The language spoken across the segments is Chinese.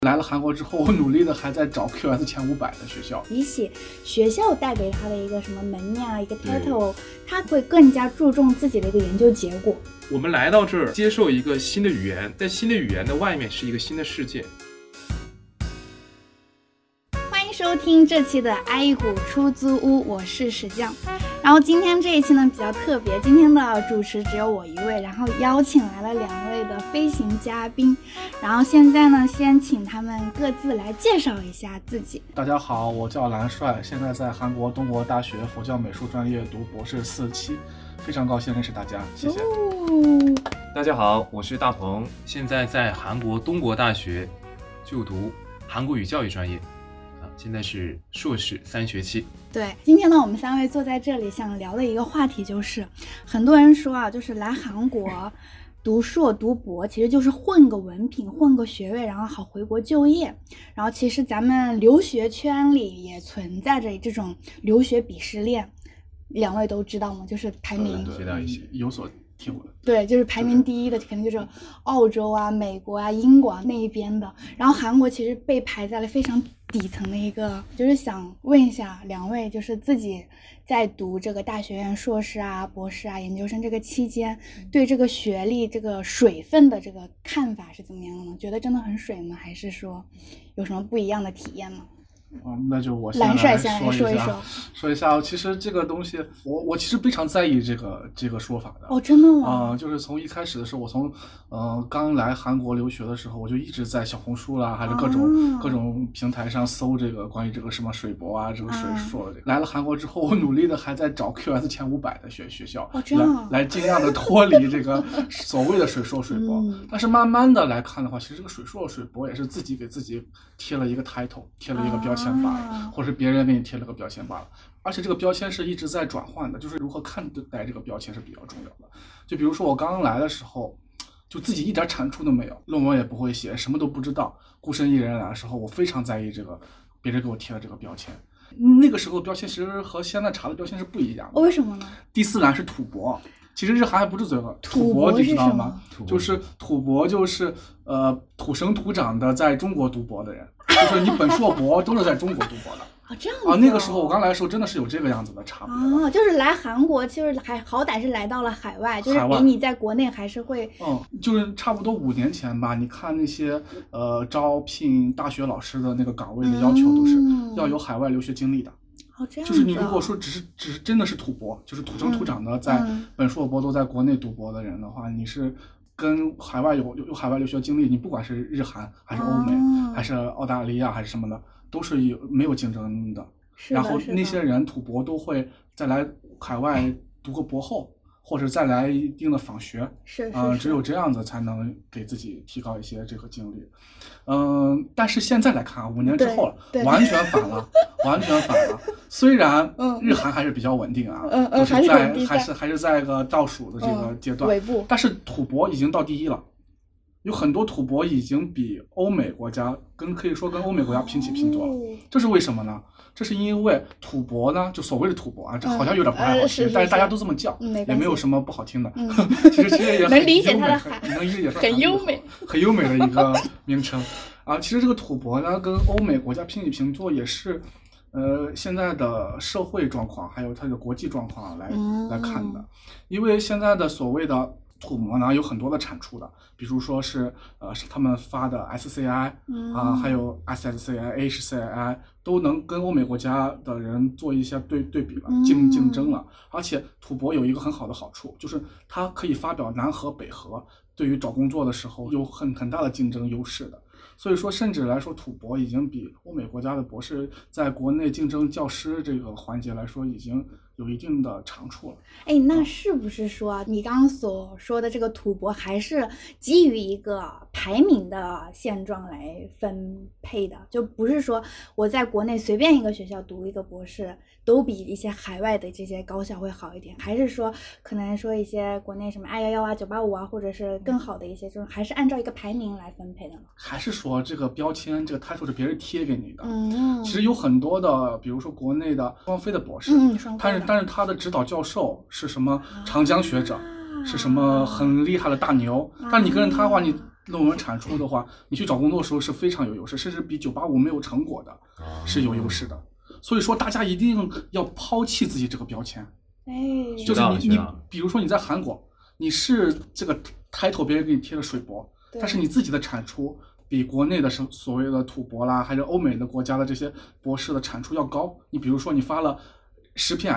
来了韩国之后，我努力的还在找 QS 前500的学校。 比起学校带给他的一个什么门面啊，一个 title， 他会更加注重自己的一个研究结果。 我们来到这儿，接受一个新的语言，在新的语言的外面是一个新的世界。 欢迎收听这期的爱一谷出租屋，我是石匠。然后今天这一期呢比较特别，今天的主持只有我一位，然后邀请来了2位的飞行嘉宾。然后现在呢，先请他们各自来介绍一下自己。 大家好，我叫蓝帅，现在在韩国东国大学佛教美术专业读博士4期，非常高兴认识大家，谢谢。 大家好，我是大鹏，现在在韩国东国大学就读韩国语教育专业，现在是硕士3学期。 对，今天呢，我们3位坐在这里，想聊的一个话题就是，很多人说啊，就是来韩国读硕读博，其实就是混个文凭，混个学位，然后好回国就业。然后其实咱们留学圈里也存在着这种留学鄙视链，2位都知道吗？就是排名知道一些， 有所听闻。 对，就是排名第一的肯定就是澳洲啊、美国啊、英国啊那一边的，然后韩国其实被排在了非常底层的一个。就是想问一下2位，就是自己在读这个大学院硕士啊、博士啊、研究生这个期间，对这个学历这个水分的这个看法是怎么样的呢？觉得真的很水吗？还是说有什么不一样的体验吗？ 那就我蓝帅先来说一下。其实这个东西，我其实非常在意这个说法的。 哦，真的吗？ 就是从一开始的时候，我从刚来韩国留学的时候，我就一直在小红书啦，还是各种平台上搜这个关于这个什么水博啊，这个水硕的。来了韩国之后，我努力的还在找 QS 前500的学校，来尽量的脱离这个所谓的水硕水博。但是慢慢的来看的话，其实这个水硕水博也是自己给自己贴了一个 title， 贴了一个标签罢了，或是别人给你贴了个标签罢了。而且这个标签是一直在转换的，就是如何看待这个标签是比较重要的。就比如说我刚刚来的时候，就自己一点产出都没有，论文也不会写，什么都不知道，孤身一人来的时候，我非常在意这个别人给我贴的这个标签。那个时候的标签其实和现在查的标签是不一样的。 为什么呢？ 第4栏是土博，其实日韩还不是最后，土博你知道吗？就是土博就是土生土长的在中国读博的人，就是你本硕博都是在中国读博的。 这样子那个时候我刚来的时候真的是有这个样子的差别。 就是来韩国其实还好歹是来到了海外，就是比你在国内还是会就是差不多5年前吧，你看那些招聘大学老师的那个岗位的要求都是要有海外留学经历的。 这样就是你如果说只是真的是土博，就是土生土长的在本硕博都在国内读博的人的话，你是跟海外有海外留学经历，你不管是日韩还是欧美还是澳大利亚还是什么的，都是没有竞争的。然后那些人土博都会再来海外读个博后，或者再来一定的访学，只有这样子才能给自己提高一些这个经历。但是现在来看5年之后了，完全反了，完全反了。虽然日韩还是比较稳定啊，都是还是在个倒数的这个阶段，但是土博已经到第1了。有很多土博已经比欧美国家可以说跟欧美国家平起平坐了。这是为什么呢？这是因为土博呢，就所谓的土博啊，这好像有点不太好听，但是大家都这么叫，也没有什么不好听的。其实也能理解它的海， 能理解很优美， 很优美的一个名称啊。其实这个土博呢，跟欧美国家平起平坐也是现在的社会状况还有它的国际状况来看的。因为现在的所谓的土模呢有很多的产出的，比如说是他们发的 SCI 还有 SSCI、HCI 都能跟欧美国家的人做一些对比了，竞争了。而且土博有一个很好的好处，就是它可以发表南核、北核，对于找工作的时候有很大的竞争优势的。所以说甚至来说土博已经比欧美国家的博士在国内竞争教师这个环节来说已经有一定的长处了。 那是不是说你刚刚所说的这个土博还是基于一个排名的现状来分配的，就不是说我在国内随便一个学校读一个博士都比一些海外的这些高校会好一点，还是说可能说一些国内什么211啊、985啊，或者是更好的一些，就是还是按照一个排名来分配的呢？ 还是说这个标签这个 title 是别人贴给你的？其实有很多的，比如说国内的双非的博士，但是他的指导教授是什么长江学者，是什么很厉害的大牛，但你跟着他的话，你论文产出的话，你去找工作的时候是非常有优势，甚至比985没有成果的是有优势的。所以说大家一定要抛弃自己这个标签。就是你比如说你在韩国，你是这个title别人给你贴的水博，但是你自己的产出比国内的所谓的土博啦，还是欧美的国家的这些博士的产出要高。你比如说你发了10篇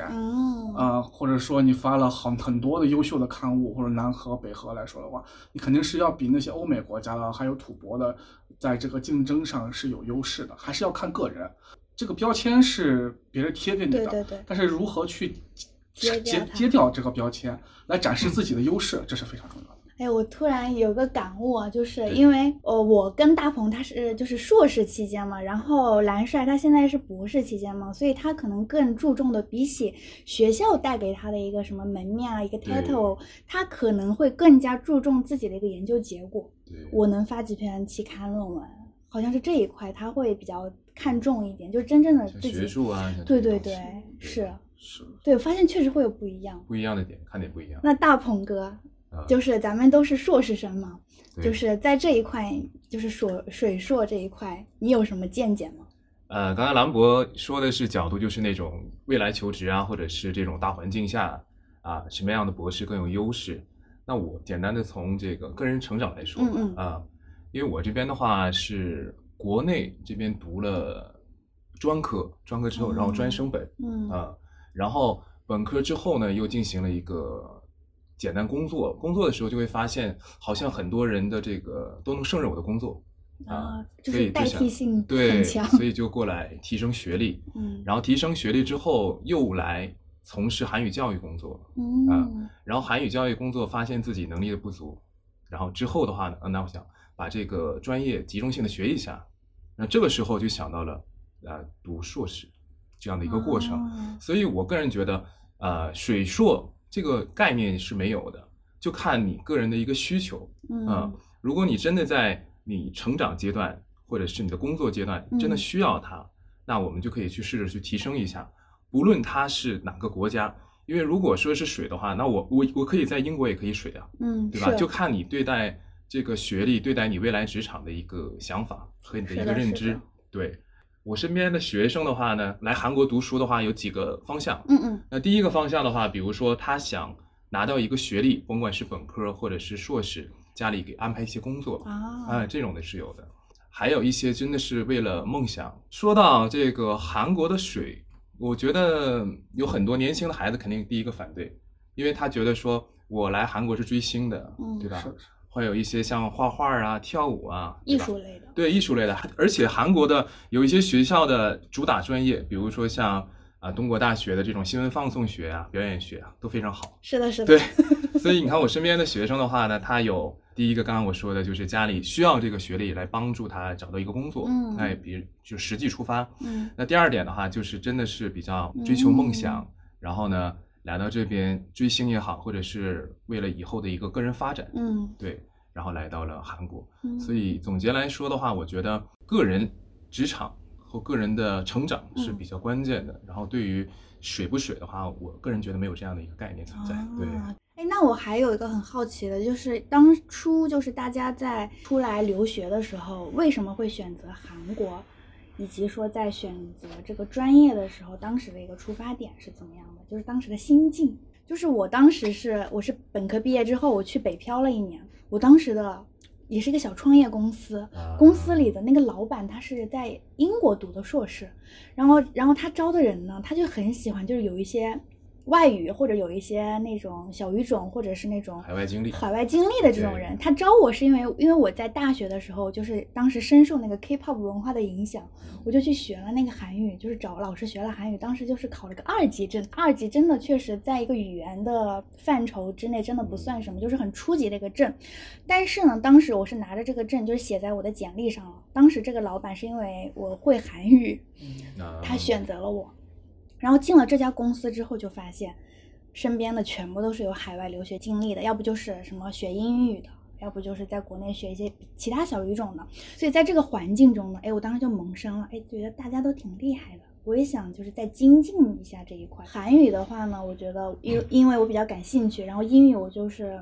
SSCI，或者说你发了很多的优秀的刊物，或者南河北河来说的话，你肯定是要比那些欧美国家的还有土博的在这个竞争上是有优势的，还是要看个人。这个标签是别人贴给你的， 对， 但是如何去揭掉这个标签来展示自己的优势，这是非常重要的。 我突然有个感悟啊，就是因为我跟大鹏他是就是硕士期间嘛，然后蓝帅他现在是博士期间嘛，所以他可能更注重的比起学校带给他的一个什么门面啊，一个 title， 他可能会更加注重自己的一个研究结果。我能发几篇期刊论文，好像是这一块他会比较看重一点，就真正的自己学术啊， 对，是，对，我发现确实会有不一样的点，看点不一样。 那大鹏哥。就是咱们都是硕士生嘛，就是在这一块，就是水硕这一块，你有什么见解吗？ 刚才兰博说的是角度，就是那种未来求职啊，或者是这种大环境下啊，什么样的博士更有优势？那我简单的从这个个人成长来说吧，因为我这边的话是国内这边读了专科之后，然后专升本，然后本科之后呢，又进行了一个简单工作的时候就会发现，好像很多人的这个都能胜任我的工作就是代替性很强， 所以就过来提升学历，然后提升学历之后又来从事韩语教育工作，然后韩语教育工作发现自己能力的不足，然后之后的话呢，那我想把这个专业集中性的学一下，那这个时候就想到了读硕士这样的一个过程，所以我个人觉得水硕这个概念是没有的，就看你个人的一个需求。如果你真的在你成长阶段或者是你的工作阶段真的需要它，那我们就可以去试着去提升一下，不论它是哪个国家。因为如果说是水的话，那我可以在英国也可以水啊，对吧？就看你对待这个学历、对待你未来职场的一个想法和你的一个认知。对。我身边的学生的话呢，来韩国读书的话有几个方向。那第一个方向的话，比如说他想拿到一个学历，甭管是本科或者是硕士，家里给安排一些工作这种的是有的。还有一些真的是为了梦想。说到这个韩国的水，我觉得有很多年轻的孩子肯定第一个反对，因为他觉得说我来韩国是追星的，对吧？会有一些像画画啊、跳舞啊， 艺术类的。 对，艺术类的。而且韩国的有一些学校的主打专业，比如说像东国大学的这种新闻放送学啊、表演学啊，都非常好。 是的。 对，所以你看我身边的学生的话呢，他有第一个刚刚我说的就是家里需要这个学历来帮助他找到一个工作，比如就实际出发。那第二点的话，就是真的是比较追求梦想，然后呢来到这边追星也好，或者是为了以后的一个个人发展，对，然后来到了韩国。所以总结来说的话，我觉得个人职场和个人的成长是比较关键的。然后对于水不水的话，我个人觉得没有这样的一个概念存在。对。 那我还有一个很好奇的，就是当初就是大家在出来留学的时候，为什么会选择韩国？以及说在选择这个专业的时候，当时的一个出发点是怎么样的？就是当时的心境。就是我当时我是本科毕业之后，我去北漂了1年。我当时的也是一个小创业公司，公司里的那个老板他是在英国读的硕士，然后他招的人呢，他就很喜欢就是有一些外语或者有一些那种小语种或者是那种海外经历的这种人。他招我是因为我在大学的时候就是当时深受那个 K-pop 文化的影响，我就去学了那个韩语，就是找老师学了韩语，当时就是考了个2级证。2级真的确实在一个语言的范畴之内真的不算什么，就是很初级的一个证。但是呢，当时我是拿着这个证就是写在我的简历上了。当时这个老板是因为我会韩语，他选择了我。然后进了这家公司之后，就发现身边的全部都是有海外留学经历的，要不就是什么学英语的，要不就是在国内学一些其他小语种的。所以在这个环境中呢，我当时就萌生了，觉得大家都挺厉害的，我也想就是再精进一下这一块。韩语的话呢，我觉得因为我比较感兴趣，然后英语我就是不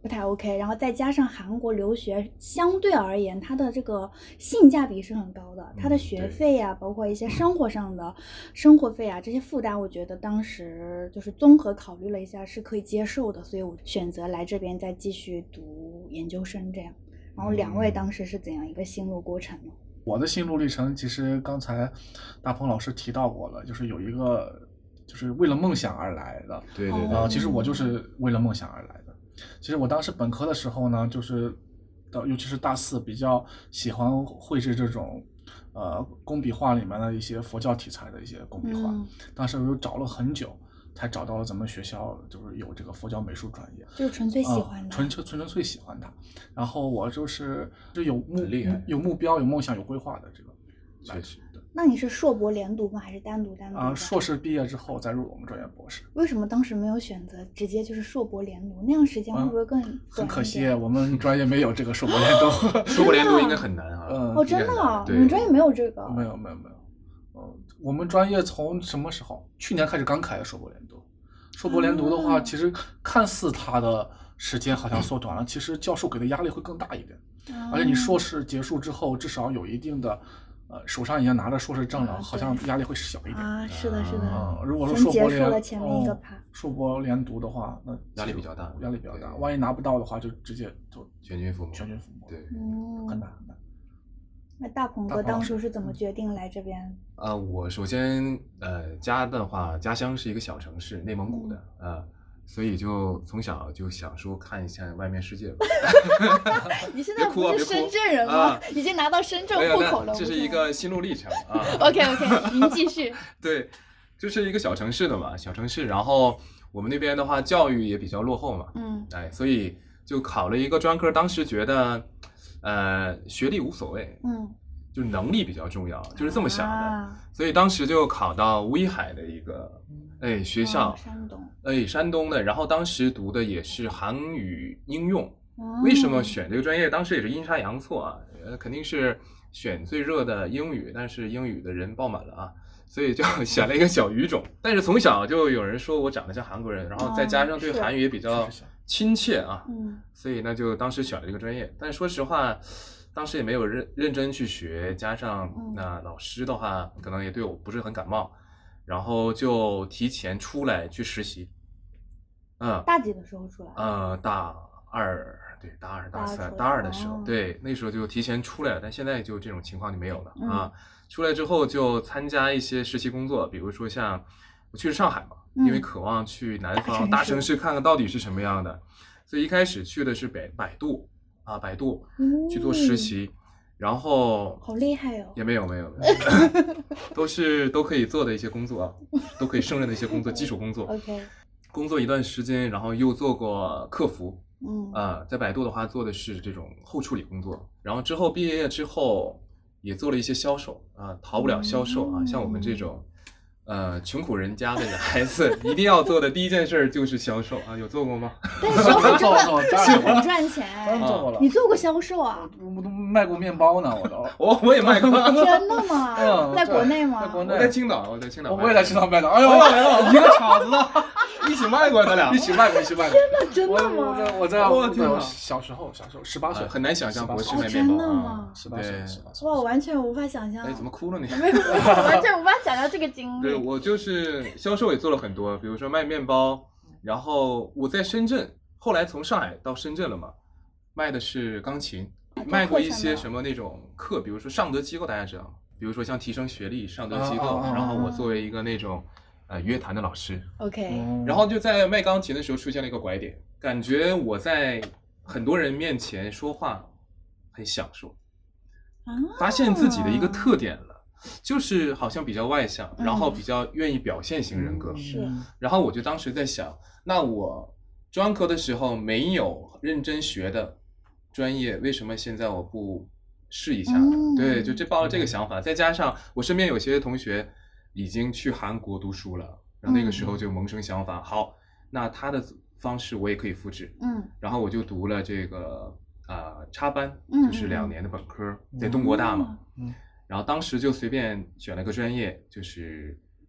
不太 OK， 然后再加上韩国留学相对而言，它的这个性价比是很高的，它的学费啊，包括一些生活上的生活费啊这些负担，我觉得当时就是综合考虑了一下是可以接受的，所以我选择来这边再继续读研究生这样。然后2位当时是怎样一个心路过程呢？ 我的心路历程其实刚才大鹏老师提到过了，就是有一个就是为了梦想而来的。 对对对。 其实我就是为了梦想而来的。其实我当时本科的时候呢，就是尤其是大4比较喜欢绘制这种工笔画里面的一些佛教题材的一些工笔画。当时我又找了很久才找到了咱们学校就是有这个佛教美术专业， 就是纯粹喜欢的， 纯粹喜欢它。然后我就有目标、有梦想、有规划的这个。 确实。 那你是硕博连读吗？还是单读？ 硕士毕业之后再入我们专业博士。 为什么当时没有选择直接就是硕博连读？那样时间会不会更短？ 很可惜，我们专业没有这个硕博连读。 硕博连读应该很难啊。 真的？你们专业没有这个？ 没有。我们专业从什么时候？去年刚开的硕博连读。硕博连读的话，其实看似它的时间好像缩短了，其实教授给的压力会更大一点。而且你硕士结束之后，至少有一定的手上已经拿着硕士证了，好像压力会小一点。 是的。 如果说硕博连读的话，那压力比较大。 万一拿不到的话，就直接就全军覆没。 对，很难。 那大鹏哥当初是怎么决定来这边？ 我首先家乡是一个小城市，内蒙古的所以就从小就想说看一下外面世界吧。 你现在不是深圳人吗？已经拿到深圳户口了。 这是一个心路历程啊。 OK， 您继续。 对，就是一个小城市的嘛，然后我们那边的话教育也比较落后嘛，所以就考了一个专科，当时觉得学历无所谓，就是能力比较重要，就是这么想的。所以当时就考到威海的一个学校，山东的，然后当时读的也是韩语应用。为什么选这个专业？当时也是阴差阳错啊，肯定是选最热的英语，但是英语的人爆满了啊，所以就选了一个小语种。但是从小就有人说我长得像韩国人，然后再加上对韩语也比较亲切啊，所以那就当时选了这个专业。但是说实话，当时也没有认真去学，加上那老师的话可能也对我不是很感冒，然后就提前出来去实习。 大几的时候出来？ 大二，对，大二的时候，对，那时候就提前出来了。但现在就这种情况就没有了啊。出来之后就参加一些实习工作，比如说像我去了上海嘛，因为渴望去南方大城市看看到底是什么样的，所以一开始去的是百度去做实习，然后好厉害哦， 也没有都可以做的一些工作啊，都可以胜任的一些工作，基础工作。 OK， 工作一段时间，然后又做过客服，在百度的话做的是这种后处理工作，然后之后毕业之后也做了一些销售啊，逃不了销售啊，像我们这种穷苦人家的孩子一定要做的第一件事就是销售啊，有做过吗？ 但是销售真的是很赚钱， 做过了。 你做过销售啊？ 我都卖过面包呢，我都。 我也卖过。 真的吗？在国内吗？ 在国内。 我在青岛。 我也在青岛卖的。哎呦，一个厂子的， 一起卖过，咱俩一起卖过。 真的吗？ 我在小时候18岁， 很难想象博士卖面包。 真的吗 ？18岁。 哇，我完全无法想象。 哎，怎么哭了你？ 完全无法想象这个经历。 对，我就是销售也做了很多，比如说卖面包，然后我在深圳，后来从上海到深圳了嘛，卖的是钢琴，卖过一些什么那种课，比如说尚德机构，大家知道吗？比如说像提升学历尚德机构，然后我作为一个那种乐坛的老师 ，OK， 然后就在卖钢琴的时候出现了一个拐点，感觉我在很多人面前说话很享受，发现自己的一个特点了。就是好像比较外向，然后比较愿意表现型人格， 是。 然后我就当时在想，那我专科的时候没有认真学的专业，为什么现在我不试一下呢？对，就抱着这个想法，再加上我身边有些同学已经去韩国读书了，然后那个时候就萌生想法，好，那他的方式我也可以复制，然后我就读了这个插班，就是2年的本科，在东国大嘛，然后当时就随便选了个专业，就是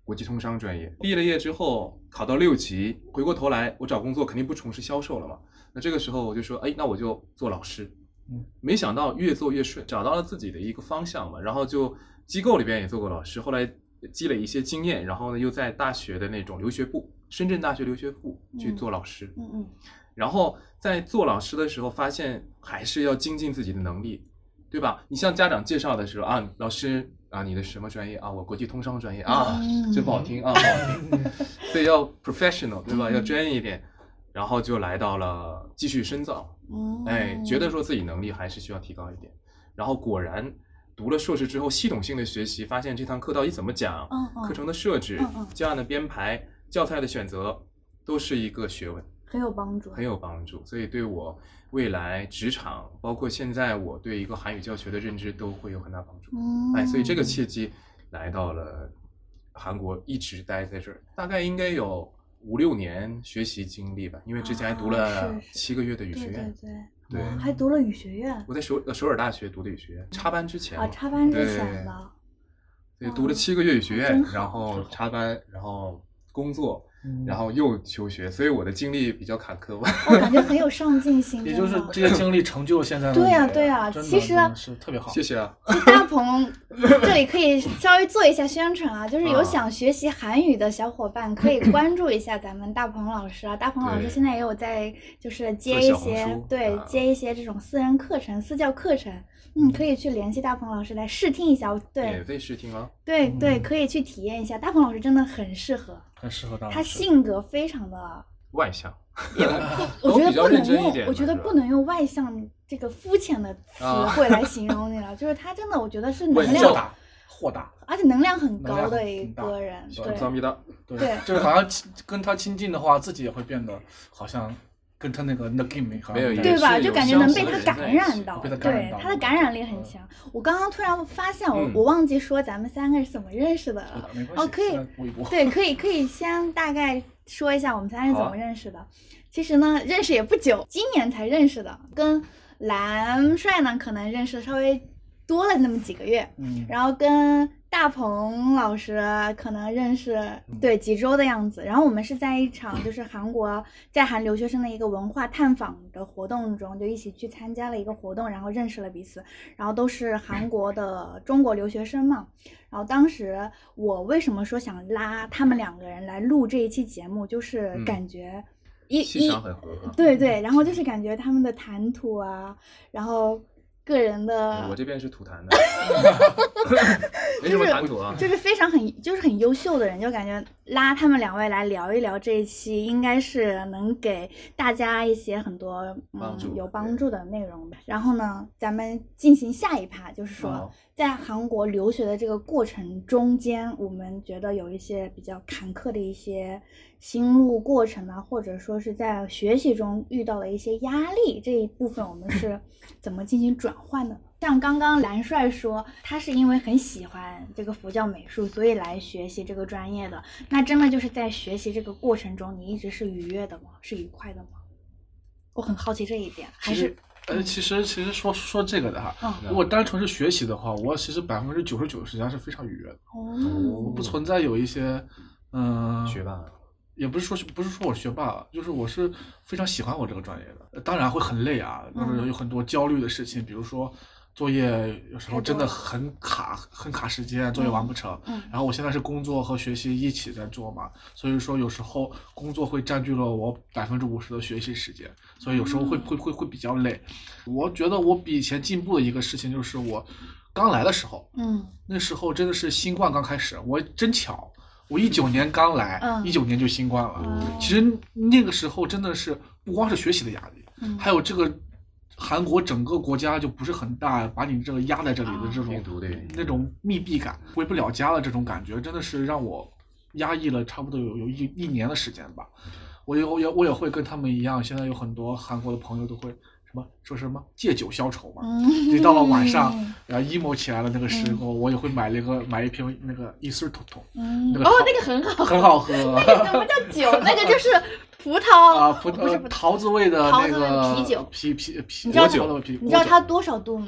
国际通商专业。毕了业之后考到6级，回过头来我找工作肯定不从事销售了嘛。那这个时候我就说，那我就做老师。没想到越做越顺，找到了自己的一个方向嘛。然后就机构里边也做过老师，后来积累一些经验，然后呢又在大学的那种留学部，深圳大学留学部去做老师。然后在做老师的时候发现还是要精进自己的能力，对吧？你向家长介绍的时候啊，老师啊，你的什么专业啊？我国际通商专业啊，真不好听啊，不好听。所以要 professional， 对吧？要专业一点。然后就来到了继续深造，觉得说自己能力还是需要提高一点。然后果然读了硕士之后，系统性的学习，发现这堂课到底怎么讲，课程的设置，教案的编排，教材的选择，都是一个学问， 很有帮助， 很有帮助。所以对我未来职场，包括现在我对一个韩语教学的认知都会有很大帮助。所以这个契机来到了韩国，一直待在这儿，大概应该有5、6年学习经历吧，因为之前还读了7个月的语学院。对， 还读了语学院。 我在首尔大学读的语学院，插班之前。 插班之前的。 对，读了7个月语学院，然后插班，然后工作，然后又休学，所以我的经历比较坎坷吧。 我感觉很有上进心。 也就是这些经历成就了现在的。 对啊，其实是特别好。 谢谢啊。 大鹏这里可以稍微做一下宣传啊，就是有想学习韩语的小伙伴可以关注一下咱们大鹏老师啊。大鹏老师现在也有在就是接一些接一些这种私人课程、私教课程。可以去联系大鹏老师来试听一下。对， 免费试听啊。 对，可以去体验一下。大鹏老师真的很适合大老师。 他性格非常的外向， 我觉得不能用外向这个肤浅的词汇来形容你了。就是他真的，我觉得是能量豁达， 而且能量很高的一个人。 对，就是好像跟他亲近的话，自己也会变得好像。跟他那个 Nagimi 对吧？就感觉能被他感染到，对，他的感染力很强。我刚刚突然发现，我忘记说咱们3个是怎么认识的了。可以，对，可以先大概说一下我们3人怎么认识的。其实呢，认识也不久，今年才认识的。跟蓝帅呢，可能认识稍微多了那么几个月，然后跟大鹏老师可能认识几周的样子，然后我们是在一场就是韩国在韩留学生的一个文化探访的活动中，就一起去参加了一个活动，然后认识了彼此，然后都是韩国的中国留学生嘛。然后当时我为什么说想拉他们2个人来录这一期节目，就是感觉气场很合， 对，然后就是感觉他们的谈吐啊，然后个人的， 我这边是吐痰的，没什么谈吐啊， 就是非常很优秀的人，就感觉拉他们2位来聊一聊这一期，应该是能给大家一些很多有帮助的内容的。然后呢，咱们进行下一趴，就是说在韩国留学的这个过程中间，我们觉得有一些比较坎坷的一些心路过程啊，或者说是在学习中遇到的一些压力，这一部分我们是怎么进行转换的？像刚刚蓝帅说，他是因为很喜欢这个佛教美术，所以来学习这个专业的。那真的就是在学习这个过程中，你一直是愉悦的吗？是愉快的吗？我很好奇这一点。还是其实说这个的哈，如果单纯是学习的话，我其实99%时间是非常愉悦的。我不存在有一些学霸。 也不是说我学霸，就是我是非常喜欢我这个专业的。当然会很累啊，就是有很多焦虑的事情，比如说作业有时候真的很卡时间，作业完不成。然后我现在是工作和学习一起在做嘛，所以说有时候工作会占据了我50%的学习时间，所以有时候会比较累。我觉得我比以前进步的一个事情就是我刚来的时候，那时候真的是新冠刚开始，我真巧。我19年刚来，19年就新冠了。其实那个时候真的是不光是学习的压力，还有这个韩国整个国家就不是很大，把你这个压在这里的这种那种密闭感，回不了家的这种感觉，真的是让我压抑了差不多有一年的时间吧。我也会跟他们一样，现在有很多韩国的朋友都会说什么借酒消愁嘛。一到了晚上，然后 emo 起来了那个时候，我也会买一瓶那个一丝桶，那个很好喝。 那个怎么叫酒？那个就是葡萄啊，不是桃子味的那个啤酒， 啤你知道它多少度吗？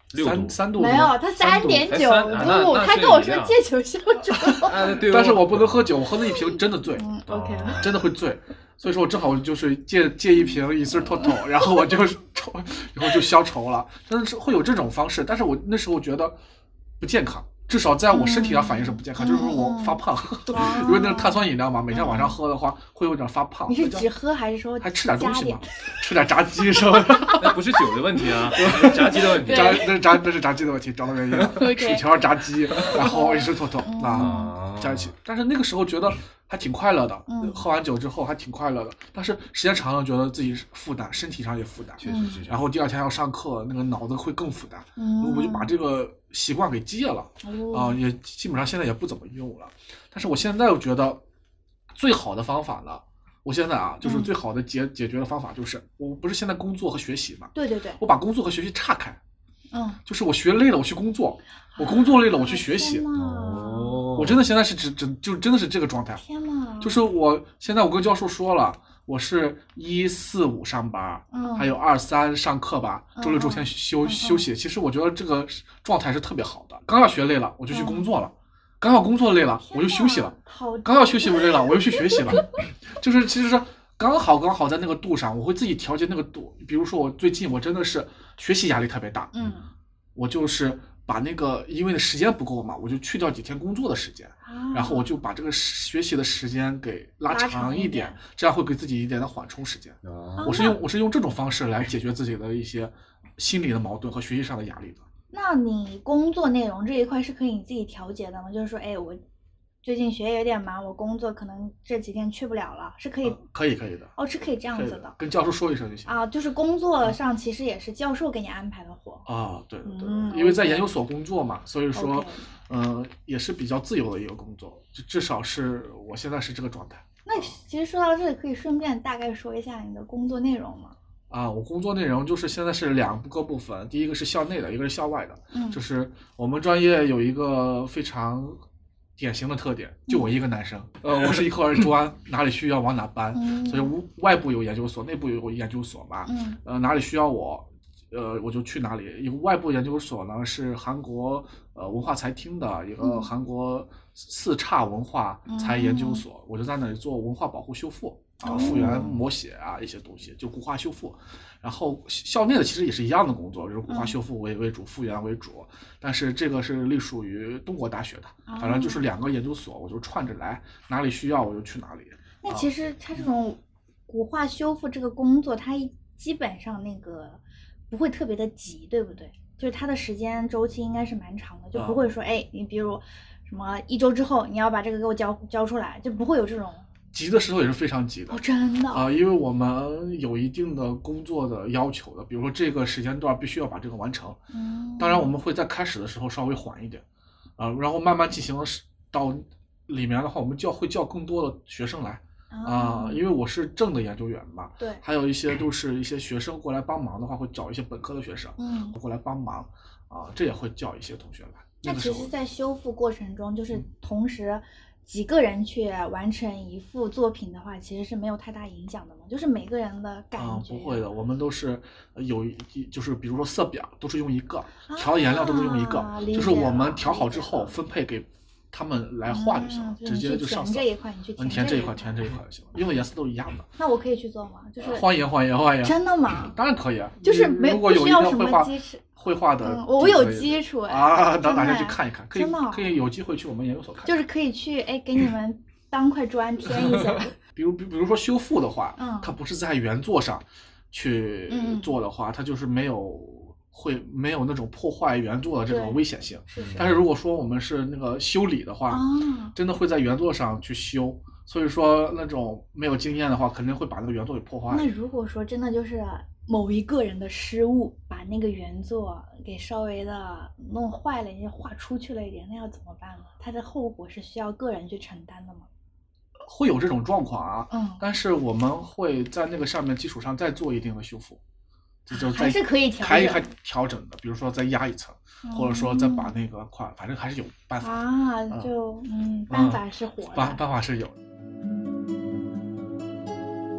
3度没有，他3.9度，他跟我说借酒消愁。 但是我不能喝酒，我喝了一瓶真的醉。 OK， 真的会醉。所以说我正好就是借一瓶一丝透透，然后我就以后就消愁了。但是会有这种方式，但是我那时候觉得不健康。至少在我身体上反应是不健康，就是我发胖，因为那个碳酸饮料嘛，每天晚上喝的话会有点发胖。 你是只喝还是说还吃点东西嘛？吃点炸鸡是吧？ 那不是酒的问题啊，炸鸡的问题。 那是炸鸡的问题，找到原因了。薯条炸鸡，然后一丝透透啊在一起。但是那个时候觉得还挺快乐的，喝完酒之后还挺快乐的。但是时间长了，觉得自己负担，身体上也负担。 确实。 然后第二天要上课，那个脑子会更负担。我就把这个习惯给戒了也基本上现在也不怎么用了。但是我现在又觉得最好的方法呢，我现在就是最好的解决的方法就是我不是现在工作和学习嘛？ 对， 我把工作和学习岔开。就是我学累了我去工作，我工作累了我去学习。我真的现在是就真的是这个状态。 天哪！ 就是我现在我跟教授说了，我是1、4、5上班，还有2、3上课吧，周六周天休息。其实我觉得这个状态是特别好的。刚要学累了，我就去工作了；刚要工作累了，我就休息了；刚要休息累了，我又去学习了。就是其实是刚好在那个度上，我会自己调节那个度。比如说我最近我真的是学习压力特别大，我就是把那个因为时间不够嘛，我就去掉几天工作的时间，然后我就把这个学习的时间给拉长一点，这样会给自己一点的缓冲时间。我是用这种方式来解决自己的一些心理的矛盾和学习上的压力的。 那你工作内容这一块是可以你自己调节的吗？就是说，我最近学业有点忙，我工作可能这几天去不了了，是可以？ 可以的。 是可以这样子的。 跟教授说一声就行。 就是工作上其实也是教授给你安排的活。 对，因为在研究所工作嘛，所以说，也是比较自由的一个工作，至少是我现在是这个状态。 那其实说到这里，可以顺便大概说一下你的工作内容吗？ 我工作内容就是现在是2个部分，第一个是校内的，一个是校外的。就是我们专业有一个非常典型的特点，就我一个男生，我是一科二专，哪里需要往哪搬，所以外部有研究所，内部有研究所嘛，哪里需要我就去哪里。一个外部研究所呢是韩国文化财厅的一个韩国4差文化财研究所，我就在那里做文化保护修复复原摹写一些东西，就古画修复。然后校内的其实也是一样的工作，就是古画修复为主，复原为主。但是这个是隶属于东国大学的，反正就是2个研究所，我就串着来，哪里需要我就去哪里。 那其实它这种古画修复这个工作，它基本上那个不会特别的急，对不对？就是它的时间周期应该是蛮长的，就不会说你比如什么1周之后你要把这个给我交出来，就不会有这种。 急的时候也是非常急的。 真的因为我们有一定的工作的要求的，比如说这个时间段必须要把这个完成。当然我们会在开始的时候稍微缓一点，然后慢慢进行到里面的话，我们会叫更多的学生来因为我是正的研究员嘛， 对， 还有一些都是一些学生过来帮忙的话，会找一些本科的学生过来帮忙这也会叫一些同学来。 那其实在修复过程中，就是同时几个人去完成一幅作品的话，其实是没有太大影响的嘛，就是每个人的感觉。 不会的，我们都是就是比如说色表都是用一个，调颜料都是用一个，就是我们调好之后分配给他们来画就行了，直接就上色。 填这一块，你去填这一块就行了，用的颜色都一样的。 那我可以去做吗？就是欢迎。 真的吗？ 当然可以， 就是如果有一个绘画的， 我有基础等大家去看一看，可以有机会去我们研究所看， 就是可以去给你们当块砖填一下。 比如说修复的话，它不是在原作上去做的话，它就是没有那种破坏原作的这种危险性。但是如果说我们是那个修理的话，真的会在原作上去修，所以说那种没有经验的话，肯定会把那个原作给破坏。 那如果说真的就是某一个人的失误，把那个原作给稍微的弄坏了，也画出去了一点，那要怎么办呢？它的后果是需要个人去承担的吗？ 会有这种状况但是我们会在那个上面基础上再做一定的修复，就还是可以调整的，比如说再压一层，或者说再把那个块，反正还是有办法办法是活的， 办法是有的。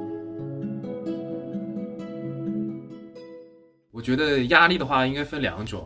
我觉得压力的话应该分2种，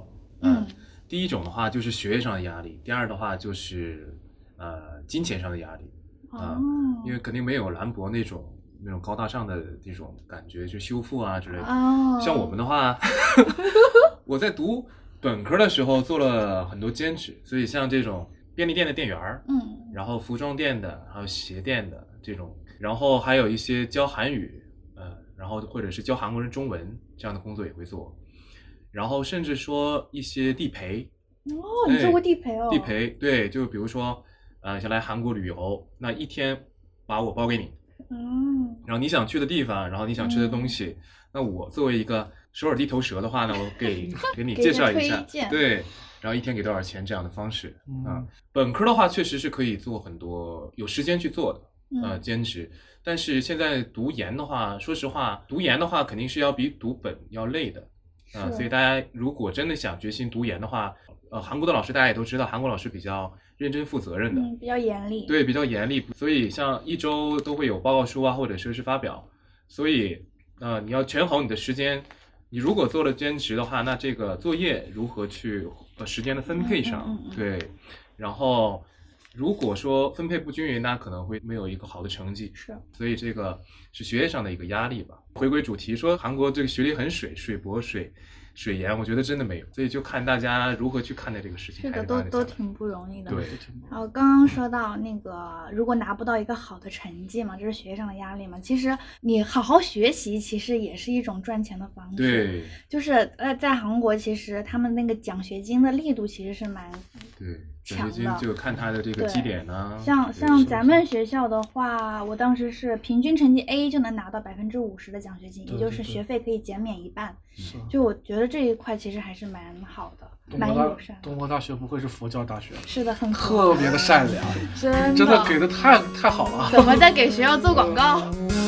第一种的话就是学业上的压力，第二的话就是金钱上的压力因为肯定没有兰博那种高大上的这种感觉，就修复啊之类的。像我们的话，我在读本科的时候做了很多兼职，所以像这种便利店的店员然后服装店的，还有鞋店的这种，然后还有一些教韩语，然后或者是教韩国人中文这样的工作也会做，然后甚至说一些地陪。 你做过地陪哦？ 地陪，对，就比如说，想来韩国旅游，那一天把我包给你，然后你想去的地方，然后你想吃的东西，那我作为一个首尔地头蛇的话呢，我给你介绍一下，对，然后一天给多少钱这样的方式本科的话确实是可以做很多有时间去做的兼职，但是现在读研的话，说实话，读研的话肯定是要比读本要累的所以大家如果真的想决心读研的话，韩国的老师大家也都知道，韩国老师比较认真负责任的， 比较严厉， 对，比较严厉，所以像一周都会有报告书啊，或者说是发表，所以你要权衡你的时间。你如果做了兼职的话，那这个作业如何去时间的分配上，对，然后如果说分配不均匀，那可能会没有一个好的成绩，所以这个是学业上的一个压力吧。回归主题，说韩国这个学历很水薄水盐，我觉得真的没有，所以就看大家如何去看待这个事情。 是的，都挺不容易的。 对。 然后刚刚说到那个，如果拿不到一个好的成绩嘛，这是学业上的压力嘛。其实你好好学习，其实也是一种赚钱的方式。 对。 就是在韩国，其实他们那个奖学金的力度其实是蛮奖学金就看他的这个绩点呢。 像咱们学校的话，我当时是平均成绩 A 就能拿到50%的奖学金，也就是学费可以减免一半。就我觉得这一块其实还是蛮好的，蛮友善。 东国大学不愧是佛教大学， 是的，很特别的善良，真的给的太好了。 怎么在给学校做广告？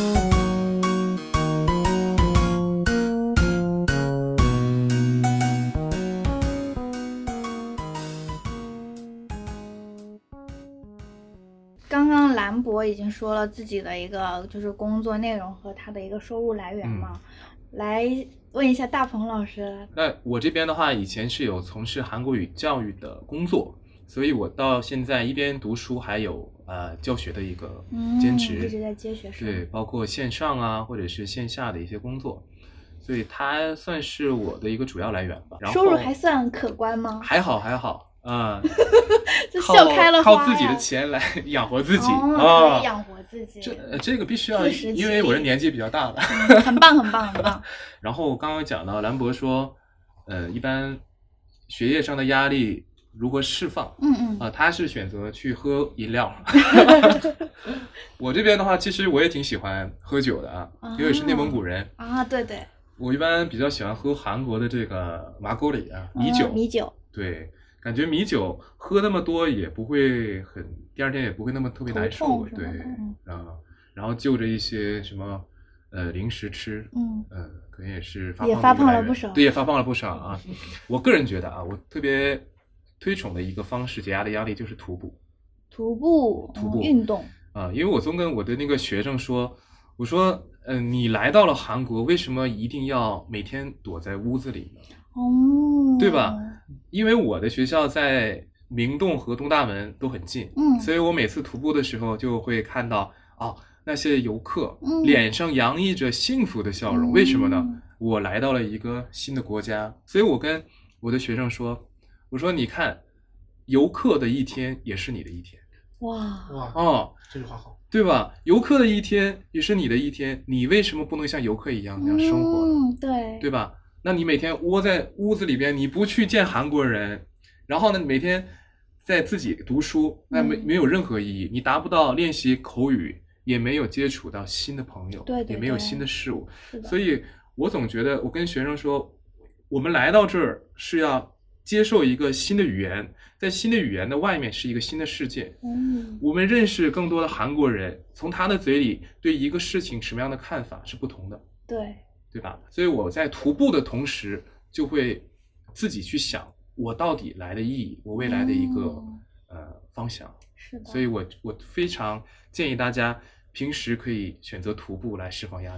刚刚兰博已经说了自己的一个就是工作内容和他的一个收入来源嘛，来问一下大鹏老师。 那我这边的话，以前是有从事韩国语教育的工作，所以我到现在一边读书，还有教学的一个兼职， 一直在接学生。 对，包括线上啊，或者是线下的一些工作，所以它算是我的一个主要来源吧。然后收入还算可观吗？ 还好就笑开了花靠自己的钱来养活自己养活自己， 这个必须要，因为我的年纪比较大了。 很棒。 然后刚刚讲到兰博说，一般学业上的压力如何释放？他是选择去喝饮料。我这边的话，其实我也挺喜欢喝酒的因为是内蒙古人对。 我一般比较喜欢喝韩国的这个马沟里米酒。对。感觉米酒喝那么多也不会第二天也不会那么特别难受，对，然后就着一些什么零食吃，可能也是发胖了不少， 对，也发胖了不少我个人觉得我特别推崇的一个方式解压的压力就是徒步运动因为我总跟我的那个学生说，我说你来到了韩国，为什么一定要每天躲在屋子里呢？对吧？因为我的学校在明洞和东大门都很近，所以我每次徒步的时候就会看到那些游客脸上洋溢着幸福的笑容。为什么呢？我来到了一个新的国家，所以我跟我的学生说，我说你看，游客的一天也是你的一天。 哇这句话好， 对吧？游客的一天也是你的一天，你为什么不能像游客一样那样生活呢？对吧？那你每天窝在屋子里边，你不去见韩国人，然后呢，每天在自己读书，那没有任何意义，你达不到练习口语，也没有接触到新的朋友，也没有新的事物。所以我总觉得，我跟学生说，我们来到这儿是要接受一个新的语言，在新的语言的外面是一个新的世界。我们认识更多的韩国人，从他的嘴里对一个事情什么样的看法是不同的。对吧？所以我在徒步的同时，就会自己去想我到底来的意义，我未来的一个方向。 是的。 所以我非常建议大家平时可以选择徒步来释放压力。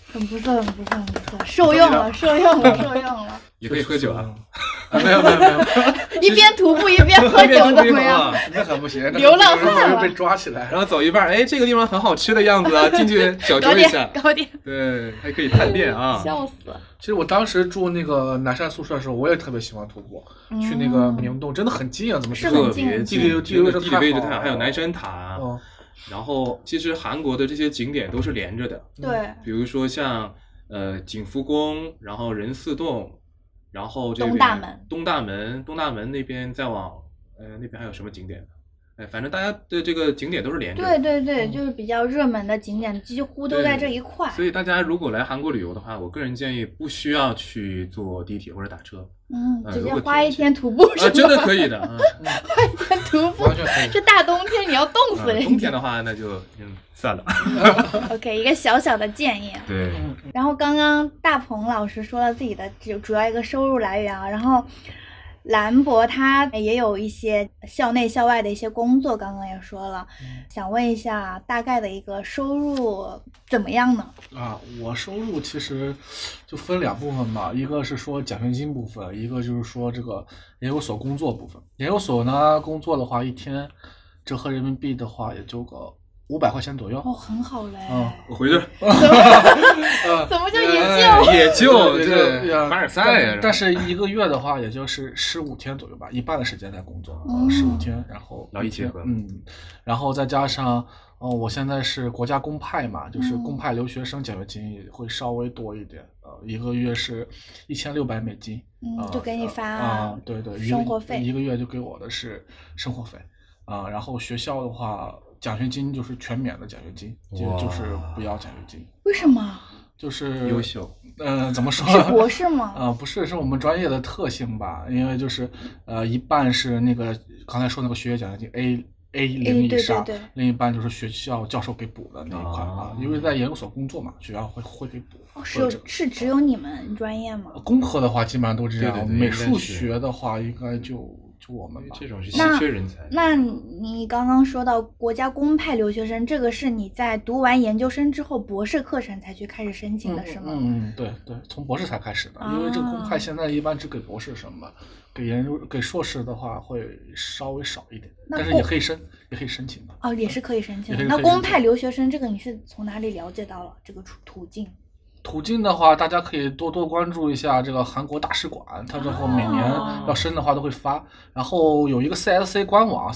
很不错，受用了。 也可以喝酒啊。 没有， 一边徒步一边喝酒怎么样？ 那可不行， 流浪汉了， 被抓起来， 然后走一半，哎，这个地方很好吃的样子啊，进去小酌一下， 糕点， 对，还可以探店啊， 笑死了。 其实我当时住那个南山宿舍的时候，我也特别喜欢徒步，去那个明洞，真的很近啊，怎么是很近？ 地理位置太好，还有南山塔。然后其实韩国的这些景点都是连着的， 对， 比如说像景福宫，然后仁寺洞，然后这边东大门那边再往那边还有什么景点？反正大家的这个景点都是连着的。 对，就是比较热门的景点几乎都在这一块。 所以大家如果来韩国旅游的话，我个人建议不需要去坐地铁或者打车， 直接花一天徒步是吗？ 真的可以的， 花一天徒步，这大冬天你要冻死人。 冬天的话那就算了。 OK， 一个小小的建议。 对。 然后刚刚大鹏老师说了自己的主要一个收入来源啊，然后兰博他也有一些校内校外的一些工作，刚刚也说了，想问一下大概的一个收入怎么样呢？ 我收入其实就分2部分吧，一个是说奖学金部分，一个就是说这个研究所工作部分。研究所呢工作的话，一天折合人民币的话也就个500块钱左右。 很好嘞。 我回去。 怎么叫也就这凡尔赛呀。 但是一个月的话，也就是15天左右吧，一半的时间在工作，15天，然后劳逸结合。 然后再加上我现在是国家公派嘛，就是公派留学生奖学金也会稍微多一点，一个月是$1600美金， 就给你发对生活费， 一个月就给我的是生活费然后学校的话。奖学金就是全免的奖学金，就是不要奖学金。 为什么？ 就是优秀。 怎么说？ 是博士吗？ 不是，是我们专业的特性吧。因为就是一半是那个刚才说那个学业奖学金 A0以上，另一半就是学校教授给补的那一块因为在研究所工作嘛，学校会给补。 是只有你们专业吗？ 工科的话基本上都这样，美术学的话应该就我们吧。 这种是稀缺人才。 那你刚刚说到国家公派留学生，这个是你在读完研究生之后博士课程才去开始申请的是吗？ 对，从博士才开始的，因为这个公派现在一般只给博士生嘛，给硕士的话会稍微少一点，但是也可以申请的。 也是可以申请的。那公派留学生这个你是从哪里了解到了这个途径？ 途径的话，大家可以多多关注一下这个韩国大使馆，它之后每年要申的话都会发。然后有一个 CSC 官网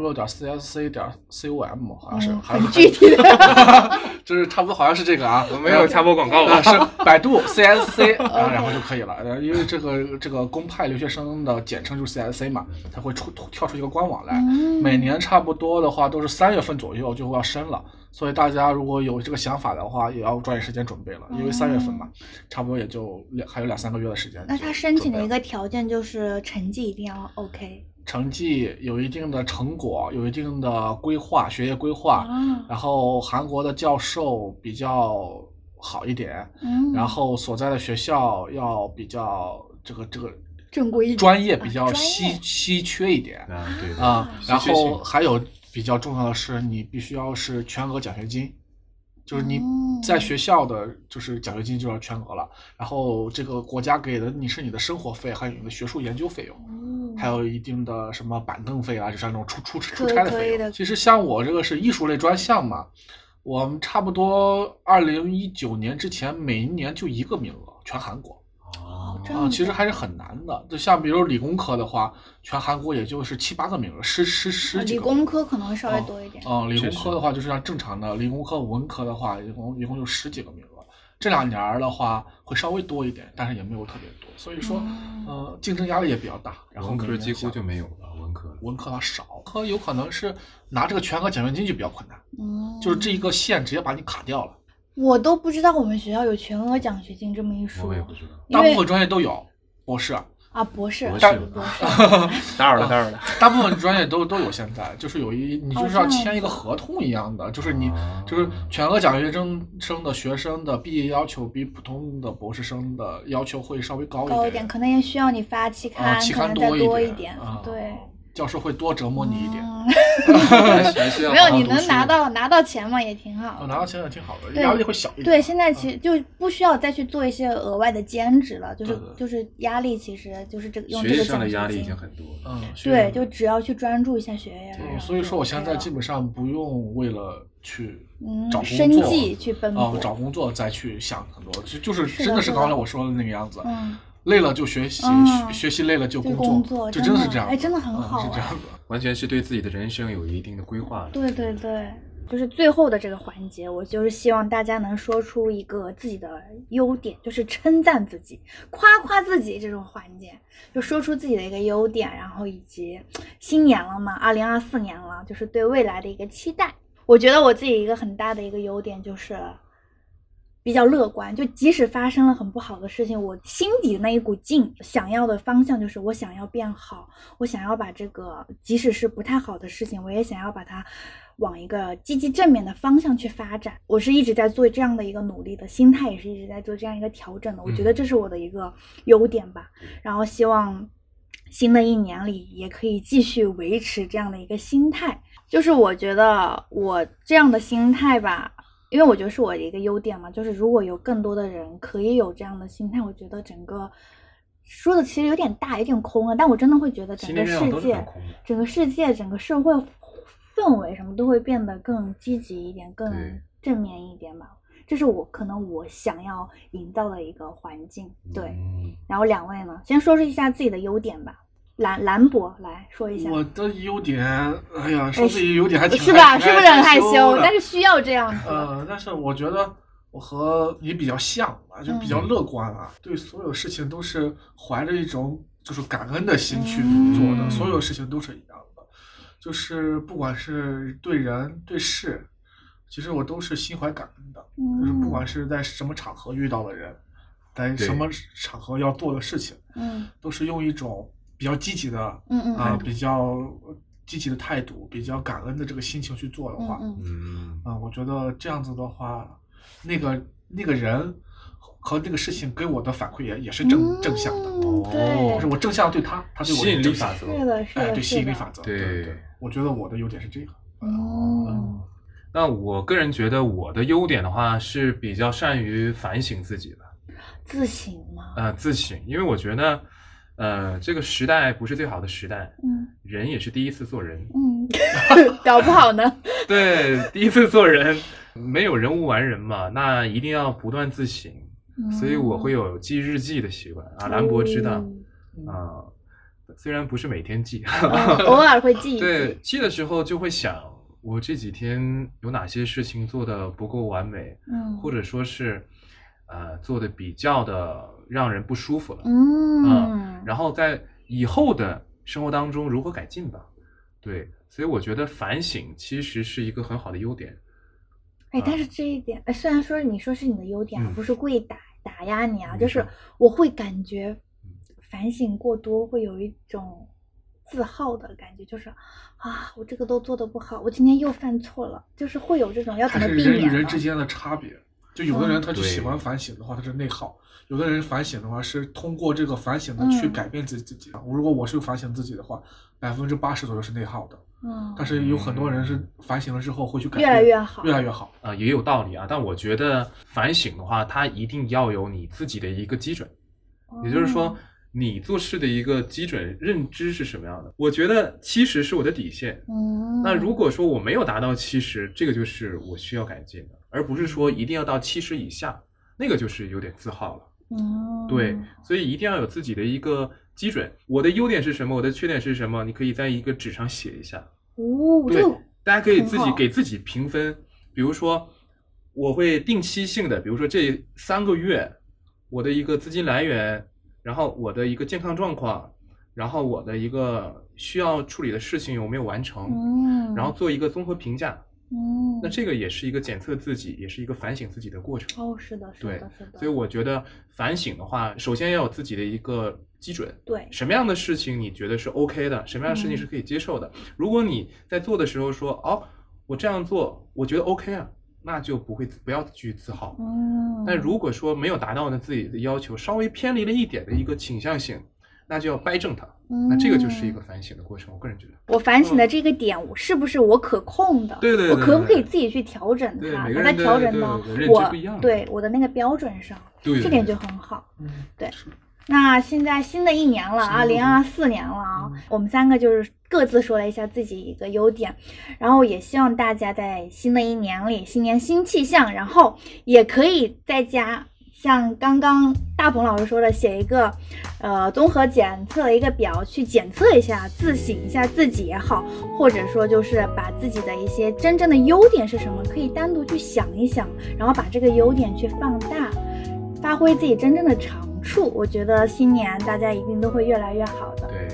3w.csc.com 好像是， 很具体的， 就是差不多好像是这个我没有插播广告是百度 CSC 然后就可以了。因为这个公派留学生的简称就是 CSC 嘛，它会跳出一个官网来，每年差不多的话都是3月份左右就要申了。所以大家如果有这个想法的话，也要抓紧时间准备了，因为3月份嘛，差不多也就还有2-3个月的时间。 那他申请的一个条件就是成绩一定要 OK， 成绩有一定的成果，有一定的规划，学业规划，然后韩国的教授比较好一点，然后所在的学校要比较这个正规专业比较稀缺一点然后还有比较重要的是，你必须要是全额奖学金，就是你在学校的就是奖学金就要全额了，然后这个国家给的你是你的生活费，还有你的学术研究费用，还有一定的什么板凳费就是那种出差的费用。其实像我这个是艺术类专项嘛，我们差不多2019年之前每一年就1个名额，全韩国。其实还是很难的。就像比如理工科的话，全韩国也就是7-8个名额，十几个。 理工科可能会稍微多一点。 理工科的话就是像正常的理工科、文科的话，一共就10几个名额。这2年的话会稍微多一点，但是也没有特别多。所以说，竞争压力也比较大。然后文科几乎就没有了， 文科它少，有可能是拿这个全额奖学金就比较困难。就是这一个线直接把你卡掉了。 我都不知道我们学校有全额奖学金这么一说。 我也不知道， 大部分专业都有，博士博士打扰了。 大部分专业都有，现在就是你就是要签一个合同一样的，就是你就是全额奖学生的学生的毕业要求比普通的博士生的要求会稍微高一点， 可能也需要你发期刊多一点。对。 教授会多折磨你一点。 没有，你能拿到钱嘛，也挺好。 拿到钱也挺好的，压力会小一点。 对，现在其实就不需要再去做一些额外的兼职了，就是压力其实就是这个用这个学业上的压力已经很多。 对，就只要去专注一下学业。 所以说我现在基本上不用为了去找工作、 生计去奔波找工作再去想很多，就是真的是刚才我说的那个样子。累了就学习，学习累了就工作，就真的是这样。 哎，真的很好， 是这样的， 完全是对自己的人生有一定的规划的。 对对对，就是最后的这个环节，我就是希望大家能说出一个自己的优点，就是称赞自己、夸夸自己这种环节，就说出自己的一个优点，然后以及新年了嘛，2024年了，就是对未来的一个期待。我觉得我自己一个很大的一个优点就是比较乐观，就即使发生了很不好的事情，我心底的那一股劲，想要的方向就是我想要变好，我想要把这个即使是不太好的事情，我也想要把它往一个积极正面的方向去发展。我是一直在做这样的一个努力的，心态也是一直在做这样一个调整的，我觉得这是我的一个优点吧。然后希望新的一年里也可以继续维持这样的一个心态，就是我觉得我这样的心态吧，因为我觉得是我的一个优点嘛，就是如果有更多的人可以有这样的心态，我觉得整个说的其实有点大有点空了，但我真的会觉得整个世界整个社会氛围什么都会变得更积极一点，更正面一点吧。这是我想要营造的一个环境。对，然后两位呢，先说一下自己的优点吧。兰博来说一下。 我的优点，哎呀，说自己优点还挺是吧？是不是很害羞？但是需要这样子。 但是我觉得我和你比较像啊，就比较乐观啊，对所有事情都是怀着一种就是感恩的心去做的，所有事情都是一样的，就是不管是对人对事，其实我都是心怀感恩的，就是不管是在什么场合遇到的人，在什么场合要做的事情，都是用一种比较积极的，比较积极的态度，比较感恩的这个心情去做的话，我觉得这样子的话，那个人和这个事情给我的反馈也是正向的。 对， 就是我正向对他对我吸引力法则。 是的， 对吸引力法则。 对， 我觉得我的优点是这样。 那我个人觉得我的优点的话是比较善于反省自己的。 自省吗？ 自省，因为我觉得。这个时代不是最好的时代，人也是第一次做人， 搞不好呢。 对，第一次做人，没有人无完人嘛，那一定要不断自省，所以我会有记日记的习惯啊。兰博知道虽然不是每天记， 偶尔会记一记。 对，记的时候就会想，我这几天有哪些事情做的不够完美，或者说是做的比较的让人不舒服了，然后在以后的生活当中如何改进吧。对，所以我觉得反省其实是一个很好的优点。 但是这一点，虽然说你说是你的优点，不是故意打压你啊，就是我会感觉反省过多会有一种自耗的感觉，就是我这个都做得不好，我今天又犯错了，就是会有这种要怎么避免。 还是人与人之间的差别。就有的人他就喜欢反省的话，他是内耗；有的人反省的话是通过这个反省的去改变自己。如果我是反省自己的话，80%左右是内耗的。但是有很多人是反省了之后会去改变，越来越好。 也有道理啊。但我觉得反省的话，它一定要有你自己的一个基准，也就是说你做事的一个基准认知是什么样的。我觉得70是我的底线。那如果说我没有达到70，这个就是我需要改进的。而不是说一定要到70以下，那个就是有点自耗了。对，所以一定要有自己的一个基准。我的优点是什么？我的缺点是什么？你可以在一个纸上写一下。对，大家可以自己给自己评分。比如说，我会定期性的，比如说这3个月，我的一个资金来源，然后我的一个健康状况，然后我的一个需要处理的事情有没有完成，然后做一个综合评价。那这个也是一个检测自己，也是一个反省自己的过程。 是的。 对，所以我觉得反省的话，首先要有自己的一个基准。 对， 什么样的事情你觉得是 OK 的，什么样的事情是可以接受的。如果你在做的时候说，我这样做，我觉得 OK 啊，那就不要去自耗。但如果说没有达到呢自己的要求，稍微偏离了一点的一个倾向性，那就要掰正它。 那这个就是一个反省的过程，我个人觉得。 我反省的这个点，是不是我可控的？ 对， 我可不可以自己去调整它，把它调整到我的那个标准上？这点就很好。对。那现在新的一年了，2024年了啊，我们3个就是各自说了一下自己一个优点，然后也希望大家在新的一年里，新年新气象，然后也可以在家像刚刚大鹏老师说的，写一个综合检测的一个表，去检测一下，自省一下自己也好，或者说就是把自己的一些真正的优点是什么，可以单独去想一想，然后把这个优点去放大，发挥自己真正的长处。我觉得新年大家一定都会越来越好的。 对。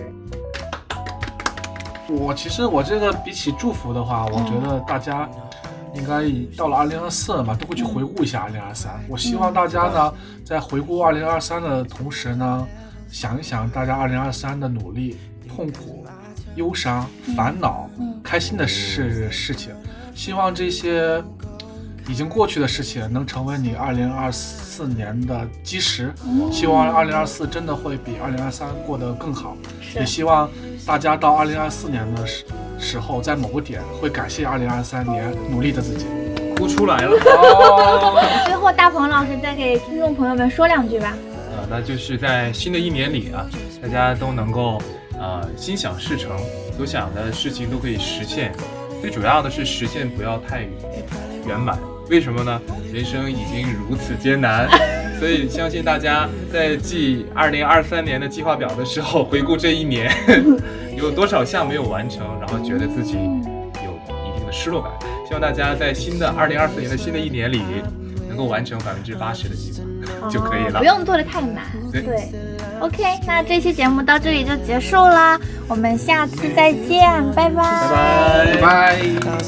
其实我这个比起祝福的话，我觉得大家应该到了2024了嘛，都会去回顾一下2023。我希望大家呢，在回顾2023的同时呢，想一想大家2023的努力、痛苦、忧伤、烦恼、开心的事情。希望这些已经过去的事情能成为你2024年的基石。希望2024真的会比2023过得更好，也希望大家到2024年的时候，在某个点会感谢2023年努力的自己。 哭出来了。 最后大鹏老师再给听众朋友们说2句吧。 那就是在新的一年里啊，大家都能够心想事成，所想的事情都可以实现。最主要的是实现不要太圆满。为什么呢？人生已经如此艰难，所以相信大家在记2023年的计划表的时候，回顾这一年有多少项没有完成，然后觉得自己有一定的失落感。希望大家在新的2024年的新的一年里，能够完成80%的计划就可以了， 不用做得太难。对。OK， 那这期节目到这里就结束啦，我们下次再见，拜拜， 拜拜。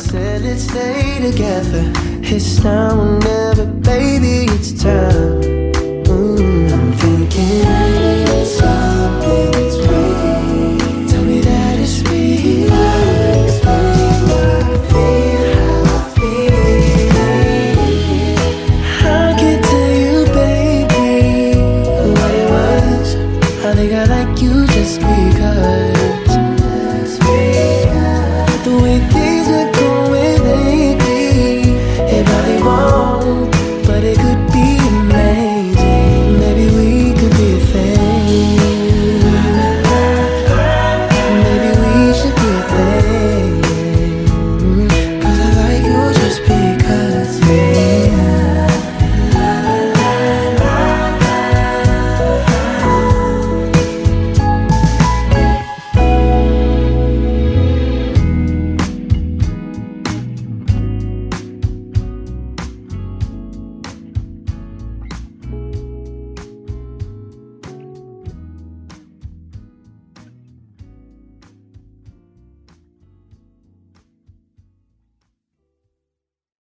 It's now or never, baby, it's time. I'm thinking